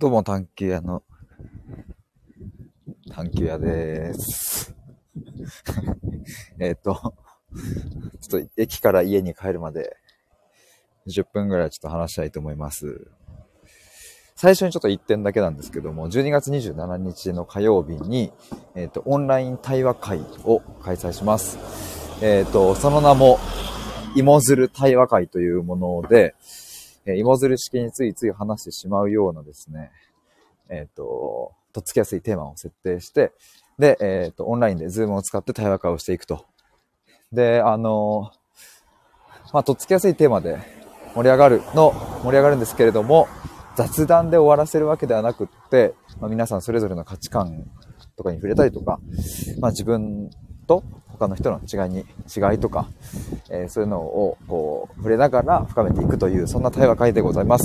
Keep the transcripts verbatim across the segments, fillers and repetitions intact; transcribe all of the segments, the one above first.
どうも、探求屋の探求屋です。えっと、ちょっと駅から家に帰るまでじゅっぷんぐらいちょっと話したいと思います。最初にちょっといってんだけなんですけども、じゅうにがつにじゅうしちにちの火曜日に、えっと、オンライン対話会を開催します。えっと、その名も、芋づる対話会というもので、えー、芋づる式についつい話してしまうようなですね、えっと、とっつきやすいテーマを設定して、で、えっと、オンラインでズームを使って対話会をしていくと。で、あの、まあ、とっつきやすいテーマで盛り上がるの、盛り上がるんですけれども、雑談で終わらせるわけではなくって、まあ、皆さんそれぞれの価値観とかに触れたりとか、まあ、自分と他の人の違いに、違いとか、えー、そういうのをこう触れながら深めていくという、そんな対話会でございます。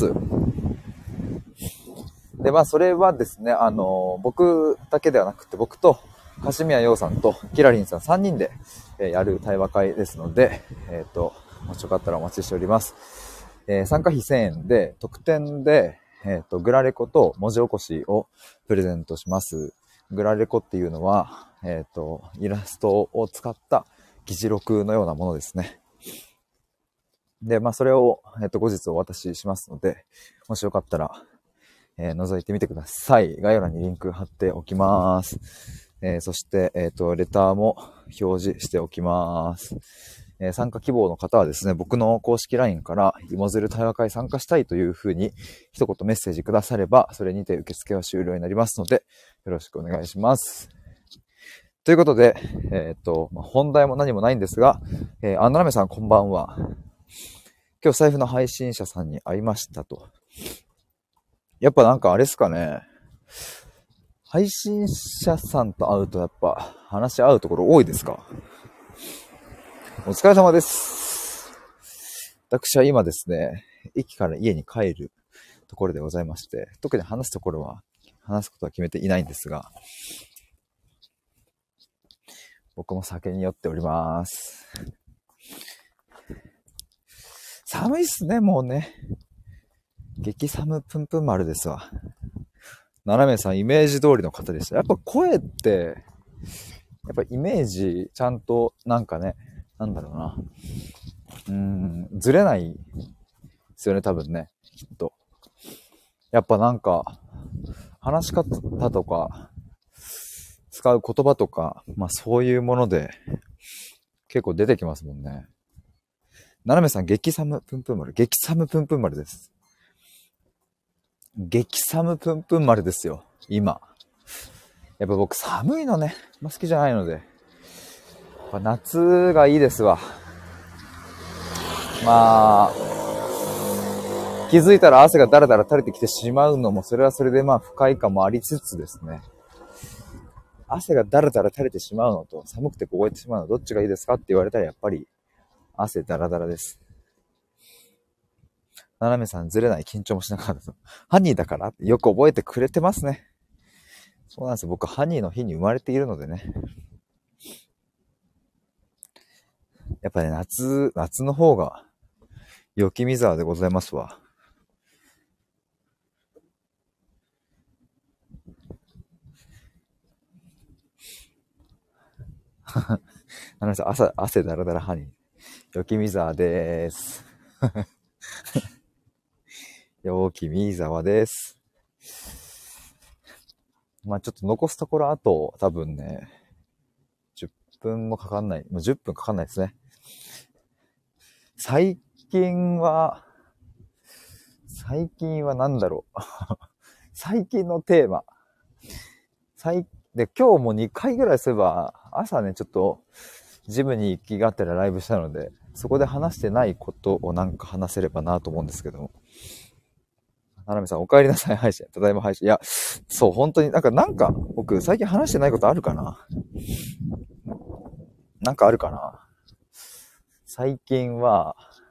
で、まあ、それはですね、あの、僕だけではなくて、僕と、柏宮陽さんと、キラリンさんさんにんで、えー、やる対話会ですので、えっと、もしよかったらお待ちしております。えー、参加費せんえんで、特典で、えっと、グラレコと文字起こしをプレゼントします。グラレコっていうのは、えっと、イラストを使った議事録のようなものですね。で、まあ、それを、えっと、後日お渡ししますので、もしよかったら、えー、覗いてみてください。概要欄にリンク貼っておきます。えー、そして、えっと、レターも表示しておきます。えー、参加希望の方はですね、僕の公式 ライン から芋づる対話会参加したいというふうに一言メッセージくだされば、それにて受付は終了になりますので、よろしくお願いします。ということで、えっと、本題も何もないんですが、えー、アンナラメさんこんばんは。今日財布の配信者さんに会いましたと。やっぱなんかあれですかね。配信者さんと会うとやっぱ話し合うところ多いですか？お疲れ様です。私は今ですね、駅から家に帰るところでございまして、特に話すところは、話すことは決めていないんですが、僕も酒に酔っております。寒いっすね、もうね。激寒ぷんぷん丸ですわ。斜めさんイメージ通りの方でした。やっぱ声って、やっぱイメージちゃんとなんかね、なんだろうな。うーん、ずれないですよね、多分ね。きっと。やっぱなんか、話し方とか、使う言葉とか、まあそういうもので、結構出てきますもんね。斜めさん、激寒ぷんぷん丸。激寒ぷんぷん丸です。激寒ぷんぷん丸ですよ、今。やっぱ僕寒いのね、まあ、好きじゃないので。やっぱ夏がいいですわ。まあ、気づいたら汗がだらだら垂れてきてしまうのも、それはそれでまあ不快感もありつつですね。汗がだらだら垂れてしまうのと、寒くて凍えてしまうのどっちがいいですかって言われたらやっぱり、汗だらだらです。斜めさんずれない緊張もしなかったと。ハニーだからってよく覚えてくれてますね。そうなんですよ。僕ハニーの日に生まれているのでね。やっぱり、ね、夏、夏の方が、よきみざわでございますわ。あのさ、朝、汗だらだらハニー。よきみざわでーす。よきみざわです。まあちょっと残すところあと、多分ね、じゅっぷんもかかんない。もうじゅっぷんかかんないですね。最近は、最近は何だろう。最近のテーマ。最で、今日もにかいぐらいすれば、朝ね、ちょっと、ジムに行きがてらライブしたので、そこで話してないことをなんか話せればなと思うんですけども。ななみさん、お帰りなさい配信。ただいま配信。いや、そう、本当になんか、なんか、僕、最近話してないことあるかな？なんかあるかな？最近は、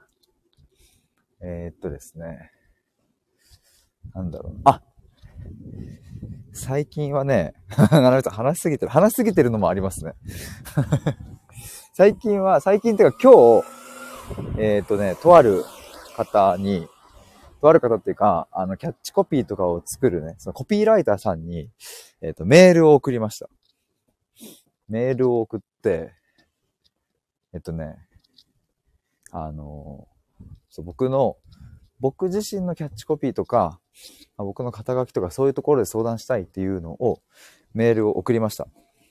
えー、っとですね。なんだろう。あ最近はね、ななみさん、話しすぎてる。話しすぎてるのもありますね。最近は、最近っていうか今日、えー、っとね、とある方に、 とある方っていうか、あの、キャッチコピーとかを作るね、そのコピーライターさんに、えっと、メールを送りました。メールを送って、えっとね、あの、そう、僕の、僕自身のキャッチコピーとか、僕の肩書きとかそういうところで相談したいっていうのを、メールを送りました。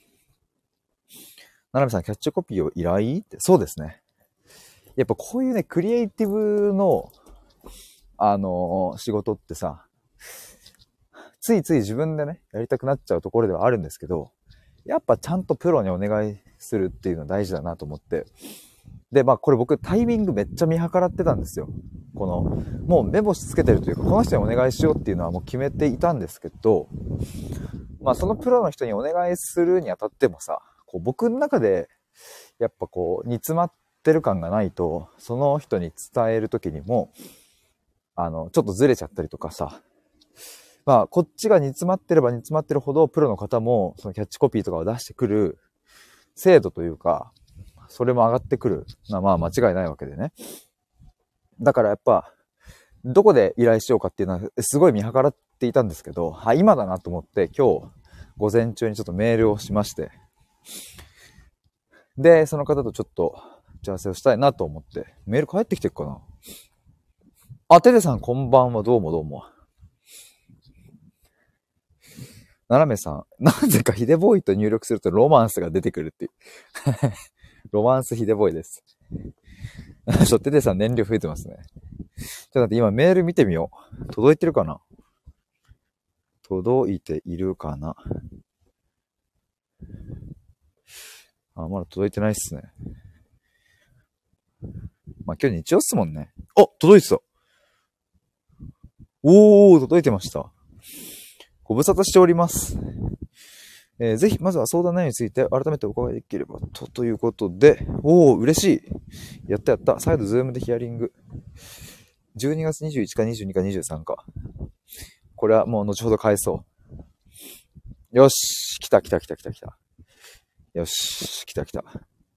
ななみさん、キャッチコピーを依頼って、そうですね。やっぱこういうね、クリエイティブの、あのー、仕事ってさ、ついつい自分でね、やりたくなっちゃうところではあるんですけど、やっぱちゃんとプロにお願いするっていうのは大事だなと思って。で、まあこれ僕タイミングめっちゃ見計らってたんですよ。この、もう目星つけてるというか、この人にお願いしようっていうのはもう決めていたんですけど、まあそのプロの人にお願いするにあたってもさ、こう僕の中で、やっぱこう、煮詰まってる感がないと、その人に伝えるときにも、あの、ちょっとずれちゃったりとかさ、まあ、こっちが煮詰まってれば煮詰まってるほど、プロの方も、そのキャッチコピーとかを出してくる精度というか、それも上がってくるのはまあ間違いないわけでね。だからやっぱ、どこで依頼しようかっていうのは、すごい見計らっていたんですけど、あ、今だなと思って、今日、午前中にちょっとメールをしまして、で、その方とちょっと打ち合わせをしたいなと思って、メール返ってきてるかな。あ、テテさんこんばんは、どうもどうも。ななめさん、なぜかヒデボーイと入力するとロマンスが出てくるっていう。ロマンスヒデボーイです。ちょっとテテさん燃料増えてますね。ちょっと待って今メール見てみよう。届いてるかな？届いているかな？あ、まだ届いてないっすね。まあ今日日曜っすもんね。あ、届いてた。おー、届いてました。ご無沙汰しております。えー、ぜひ、まずは相談内容について改めてお伺いできればと、ということで、おー、嬉しい。やったやった。再度ズームでヒアリング。じゅうにがつにじゅういちかにじゅうにかにじゅうさんか。これはもう後ほど返そう。よし、来た来た来た来た来た。よし、来た来た。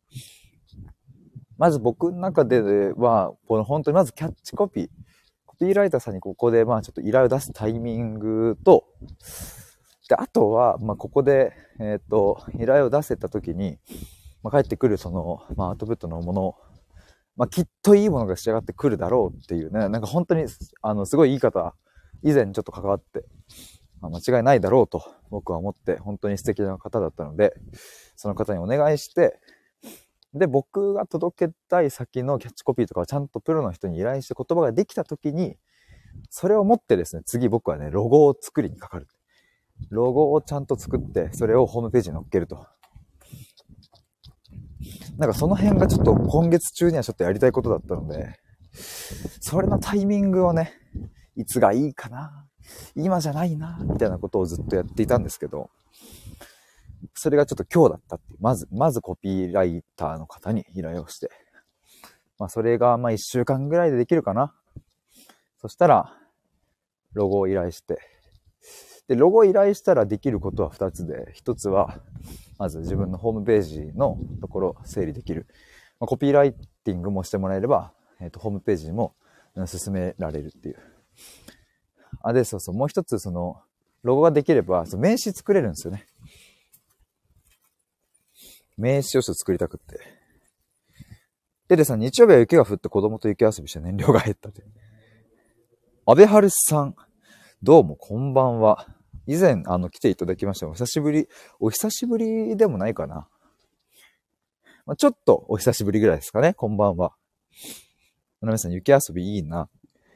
まず僕の中では、この本当にまずキャッチコピー。コピーライターさんにここでまあちょっと依頼を出すタイミングと、で、あとは、まあここで、えっと、依頼を出せた時に、まあ返ってくるその、まあアウトプットのもの、まあきっといいものが仕上がってくるだろうっていうね、なんか本当に、あの、すごいいい方、以前ちょっと関わって、まあ、間違いないだろうと僕は思って、本当に素敵な方だったので、その方にお願いして、で、僕が届けたい先のキャッチコピーとかをちゃんとプロの人に依頼して言葉ができたときに、それを持ってですね、次僕はね、ロゴを作りにかかる。ロゴをちゃんと作って、それをホームページに載っけると。なんかその辺がちょっと今月中にはちょっとやりたいことだったので、それのタイミングをね、いつがいいかな、今じゃないな、みたいなことをずっとやっていたんですけど、それがちょっと今日だったっていう。まず、まずコピーライターの方に依頼をして。まあそれがまあ一週間ぐらいでできるかな。そしたら、ロゴを依頼して。で、ロゴを依頼したらできることは二つで、一つは、まず自分のホームページのところを整理できる。まあ、コピーライティングもしてもらえれば、えっと、ホームページにも進められるっていう。あ、で、そうそう、もう一つその、ロゴができれば、その名刺作れるんですよね。名刺をちょっと作りたくって。ででさん、日曜日は雪が降って子供と雪遊びして燃料が減ったって。安倍春さん、どうもこんばんは。以前、あの、来ていただきました。お久しぶり、お久しぶりでもないかな。まあ、ちょっとお久しぶりぐらいですかね。こんばんは。ななみさん、雪遊びいいな。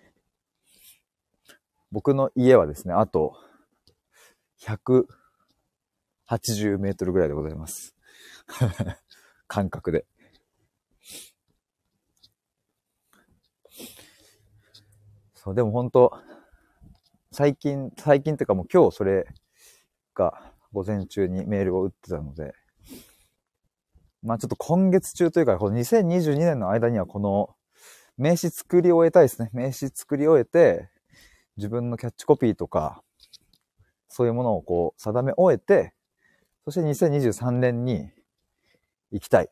僕の家はですね、あと、ひゃくはちじゅうメートルぐらいでございます。感覚で。そう、でも本当最近、最近っていうかもう今日それが午前中にメールを打ってたので、まあちょっと今月中というか、このにせんにじゅうにねんの間にはこの名刺作り終えたいですね。名刺作り終えて、自分のキャッチコピーとか、そういうものをこう定め終えて、そしてにせんにじゅうさんねんに行きたい。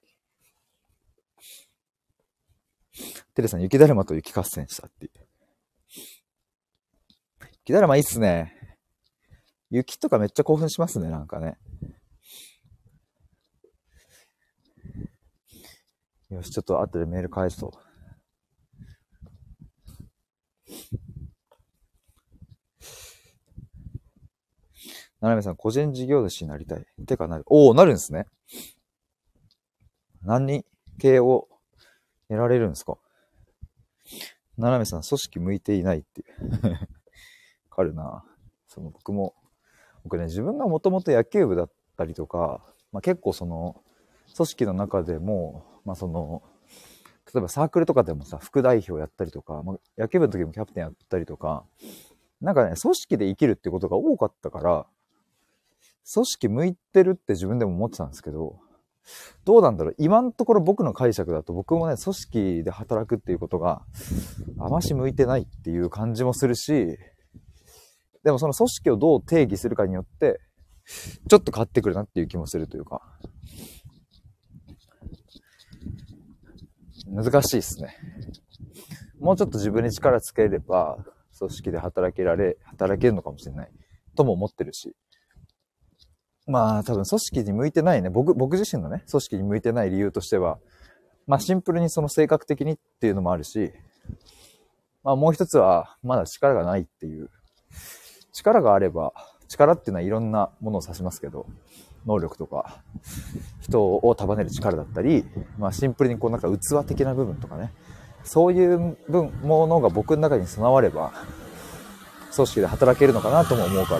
テレさん、雪だるまと雪合戦したっていう。 雪だるまいいっすね。雪とかめっちゃ興奮しますね、なんかね。よし、ちょっと後でメール返そう。ななめさん、個人事業主になりたい。てかなる。おー、なるんですね。何系を得られるんですか？ななめさん、組織向いていないっていう。わかるな。その僕も、僕ね、自分がもともと野球部だったりとか、まあ、結構その、組織の中でも、まあその、例えばサークルとかでもさ、副代表やったりとか、まあ、野球部の時もキャプテンやったりとか、なんかね、組織で生きるってことが多かったから、組織向いてるって自分でも思ってたんですけど、どうなんだろう。今のところ僕の解釈だと僕もね、組織で働くっていうことがあまし向いてないっていう感じもするし、でもその組織をどう定義するかによって、ちょっと変わってくるなっていう気もするというか、難しいですね。もうちょっと自分に力つければ、組織で働けられ、働けるのかもしれない。とも思ってるし。まあ多分組織に向いてないね。僕、僕自身のね、組織に向いてない理由としては、まあシンプルにその性格的にっていうのもあるし、まあもう一つは、まだ力がないっていう。力があれば、力っていうのはいろんなものを指しますけど、能力とか、人を束ねる力だったり、まあシンプルにこうなんか器的な部分とかね、そういう分、ものが僕の中に備われば、組織で働けるのかなとも思うから、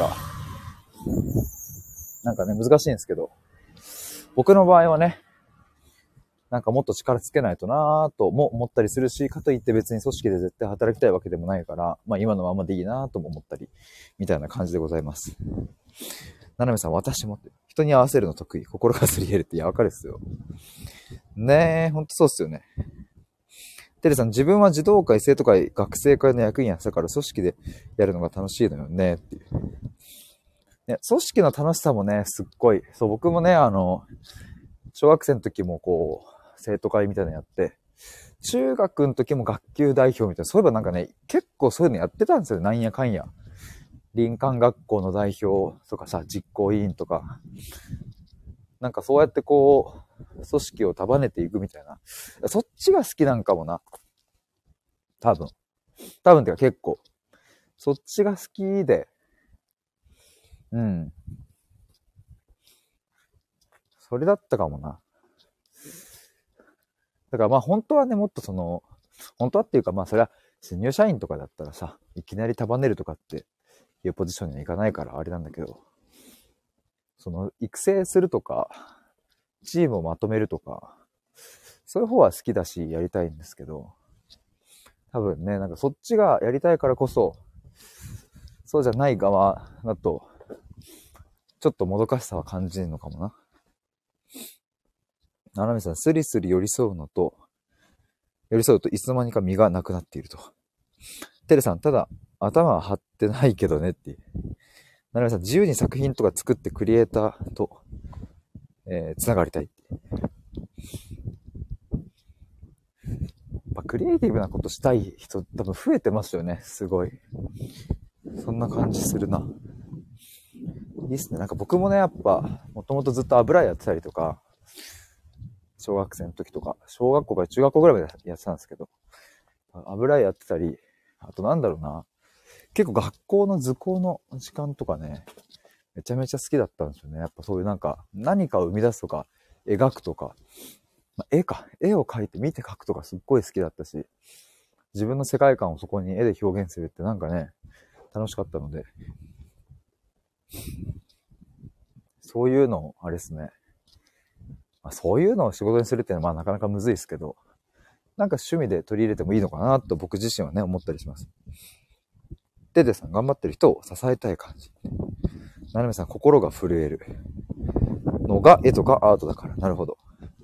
なんかね、難しいんですけど、僕の場合はね、なんかもっと力つけないとなぁとも思ったりするし、かといって別に組織で絶対働きたいわけでもないから、まあ今のままでいいなぁとも思ったり、みたいな感じでございます。ななめさん、私も人に合わせるの得意、心がすり減るって、いや、わかるっすよ。ねえ、ほんとそうっすよね。テレさん、自分は児童会、生徒会、学生会の役員やったから組織でやるのが楽しいのよね、っていう。ね、組織の楽しさもね、すっごい。そう、僕もね、あの、小学生の時もこう、生徒会みたいなのやって、中学の時も学級代表みたいな、そういえばなんかね、結構そういうのやってたんですよ。なんやかんや。林間学校の代表とかさ、実行委員とか。なんかそうやってこう、組織を束ねていくみたいな。そっちが好きなんかもな。多分。多分ってか結構。そっちが好きで。うん。それだったかもな。だからまあ本当はね、もっとその、本当はっていうかまあそれは、新入社員とかだったらさ、いきなり束ねるとかっていうポジションにはいかないからあれなんだけど、その育成するとか、チームをまとめるとか、そういう方は好きだしやりたいんですけど、多分ね、なんかそっちがやりたいからこそ、そうじゃない側だと、ちょっともどかしさは感じるのかもな。ななみさん、スリスリ寄り添うのと、寄り添うといつの間にか身がなくなっていると。テレさん、ただ頭は張ってないけどねっていう。ななみさん、自由に作品とか作ってクリエイターと、えー、つながりたいって。やっぱクリエイティブなことしたい人多分増えてますよね。すごい。そんな感じするな。いいっすね。なんか僕もね、やっぱ、もともとずっと油絵やってたりとか、小学生の時とか、小学校から中学校ぐらいまでやってたんですけど、油絵やってたり、あとなんだろうな、結構学校の図工の時間とかね、めちゃめちゃ好きだったんですよね。やっぱそういうなんか、何かを生み出すとか、描くとか、まあ、絵か、絵を描いて見て描くとかすっごい好きだったし、自分の世界観をそこに絵で表現するってなんかね、楽しかったので、そういうの、あれですね。まあ、そういうのを仕事にするっていうのはまあなかなかむずいですけど、なんか趣味で取り入れてもいいのかなと僕自身はね、思ったりします。デデさん、頑張ってる人を支えたい感じ。ななめさん、心が震えるのが絵とかアートだから。なるほど。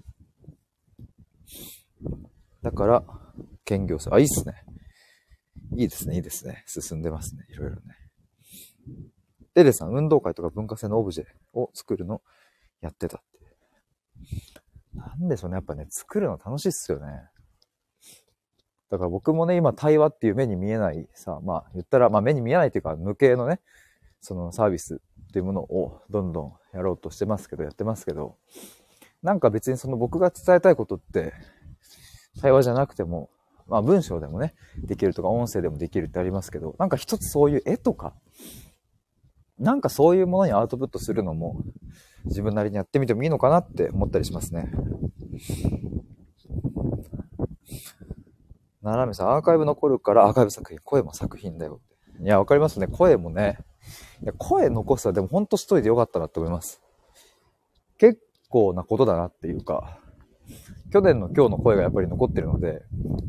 だから、兼業する。あ、いいっすね。いいですね、いいですね。進んでますね。いろいろね。デデさん、運動会とか文化祭のオブジェを作るのやってたって。なんでしょうね。やっぱね、作るの楽しいっすよね。 だから僕もね、今対話っていう目に見えないさ、まあ言ったら、まあ目に見えないっていうか、無形のね、そのサービスっていうものをどんどんやろうとしてますけど、やってますけど、なんか別にその僕が伝えたいことって、対話じゃなくても、まあ文章でもね、できるとか音声でもできるってありますけど、なんか一つそういう絵とか、なんかそういうものにアウトプットするのも、自分なりにやってみてもいいのかなって思ったりしますね。ななめさん、アーカイブ残るからアーカイブ作品、声も作品だよ。いや、わかりますね。声もね。いや、声残すはでもほんとしといてよかったなって思います。結構なことだなっていうか、去年の今日の声がやっぱり残ってるので、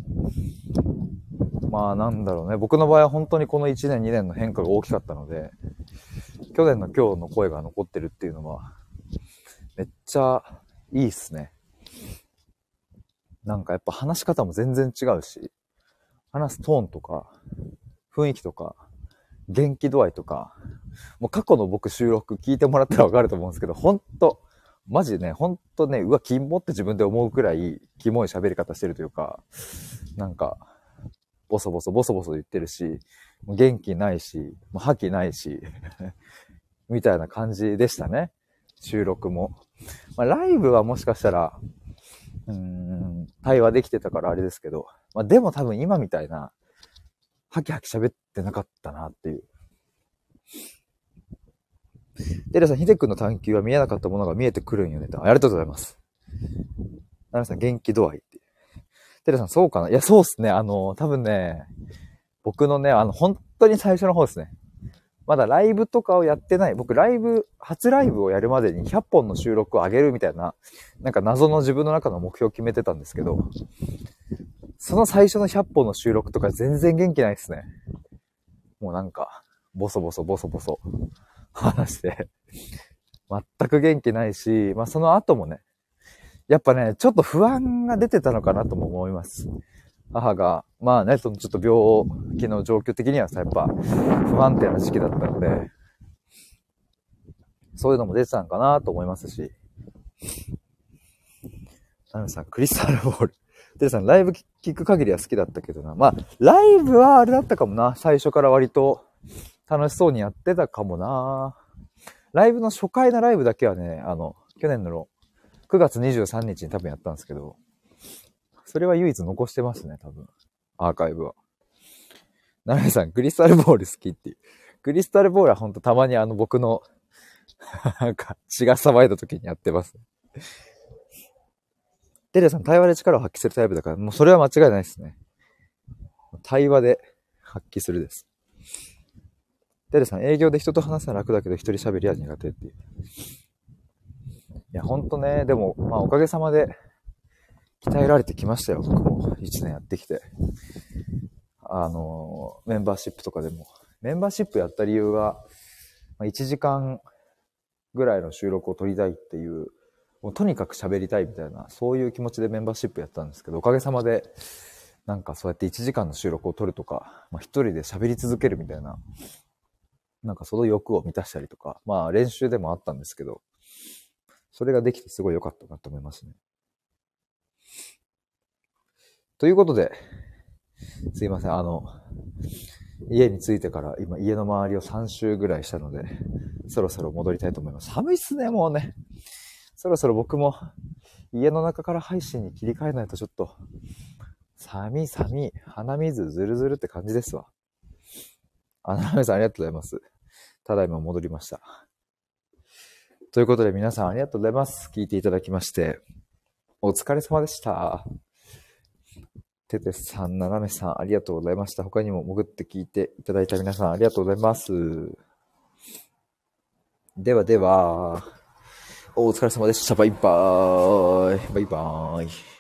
まあなんだろうね。僕の場合は本当にこのいちねんにねんの変化が大きかったので、去年の今日の声が残ってるっていうのは、めっちゃいいっすね。なんかやっぱ話し方も全然違うし、話すトーンとか、雰囲気とか、元気度合いとか、もう過去の僕収録聞いてもらったらわかると思うんですけど、ほんと、マジでね、ほんとね、うわ、キモって自分で思うくらい、キモい喋り方してるというか、なんか、ボソボソボソボソ言ってるし、もう元気ないし、もう覇気ないし、みたいな感じでしたね。収録も。まあ、ライブはもしかしたら、うーん、対話できてたからあれですけど、まあ、でも多分今みたいな、ハキハキ喋ってなかったなっていう。テレさん、ヒデ君の探求は見えなかったものが見えてくるんよねと。ありがとうございます。ナミさん、元気度合いって。テレさん、そうかないや、そうっすね。あの、多分ね、僕のね、あの、本当に最初の方ですね。まだライブとかをやってない。僕、ライブ、初ライブをやるまでにひゃっぽんの収録を上げるみたいな、なんか謎の自分の中の目標を決めてたんですけど、その最初のひゃっぽんの収録とか全然元気ないですね。もうなんか、ボソボソボソボソ話して、全く元気ないし、まあその後もね、やっぱね、ちょっと不安が出てたのかなとも思います。母が、まあね、そのちょっと病気の状況的にはさ、やっぱ不安定な時期だったので、そういうのも出てたのかなと思いますし。ナミさん、クリスタルボール。テレさん、ライブ聞く限りは好きだったけどな。まあ、ライブはあれだったかもな。最初から割と楽しそうにやってたかもな。ライブの初回のライブだけはね、あの、去年のくがつにじゅうさんにちに多分やったんですけど、それは唯一残してますね、多分。アーカイブは。ナミさん、クリスタルボール好きっていう。クリスタルボールはほんとたまにあの僕の、なんか血が騒いだ時にやってます。テレさん、対話で力を発揮するタイプだから、もうそれは間違いないですね。対話で発揮するです。テレさん、営業で人と話すのは楽だけど、一人喋りは苦手っていう。いや、ほんとね、でも、まあ、おかげさまで、鍛えられてきましたよ、僕も。一年やってきて。あの、メンバーシップとかでも。メンバーシップやった理由が、まあ、いちじかんぐらいの収録を撮りたいっていう、もうとにかく喋りたいみたいな、そういう気持ちでメンバーシップやったんですけど、おかげさまで、なんかそうやっていちじかんの収録を撮るとか、まあ、一人で喋り続けるみたいな、なんかその欲を満たしたりとか、まあ練習でもあったんですけど、それができてすごい良かったなと思いますね。ということで、すいません、あの、家に着いてから今家の周りをさん周ぐらいしたので、そろそろ戻りたいと思います。寒いっすね、もうね。そろそろ僕も家の中から配信に切り替えないとちょっと、寒い寒い、鼻水ずるずるって感じですわ。あ、なめさんありがとうございます。ただいま戻りました。ということで皆さんありがとうございます。聞いていただきまして、お疲れ様でした。ててさん、ななめさんありがとうございました。他にも潜って聞いていただいた皆さんありがとうございます。ではでは、お疲れ様でした。バイバーイ。バイバーイ。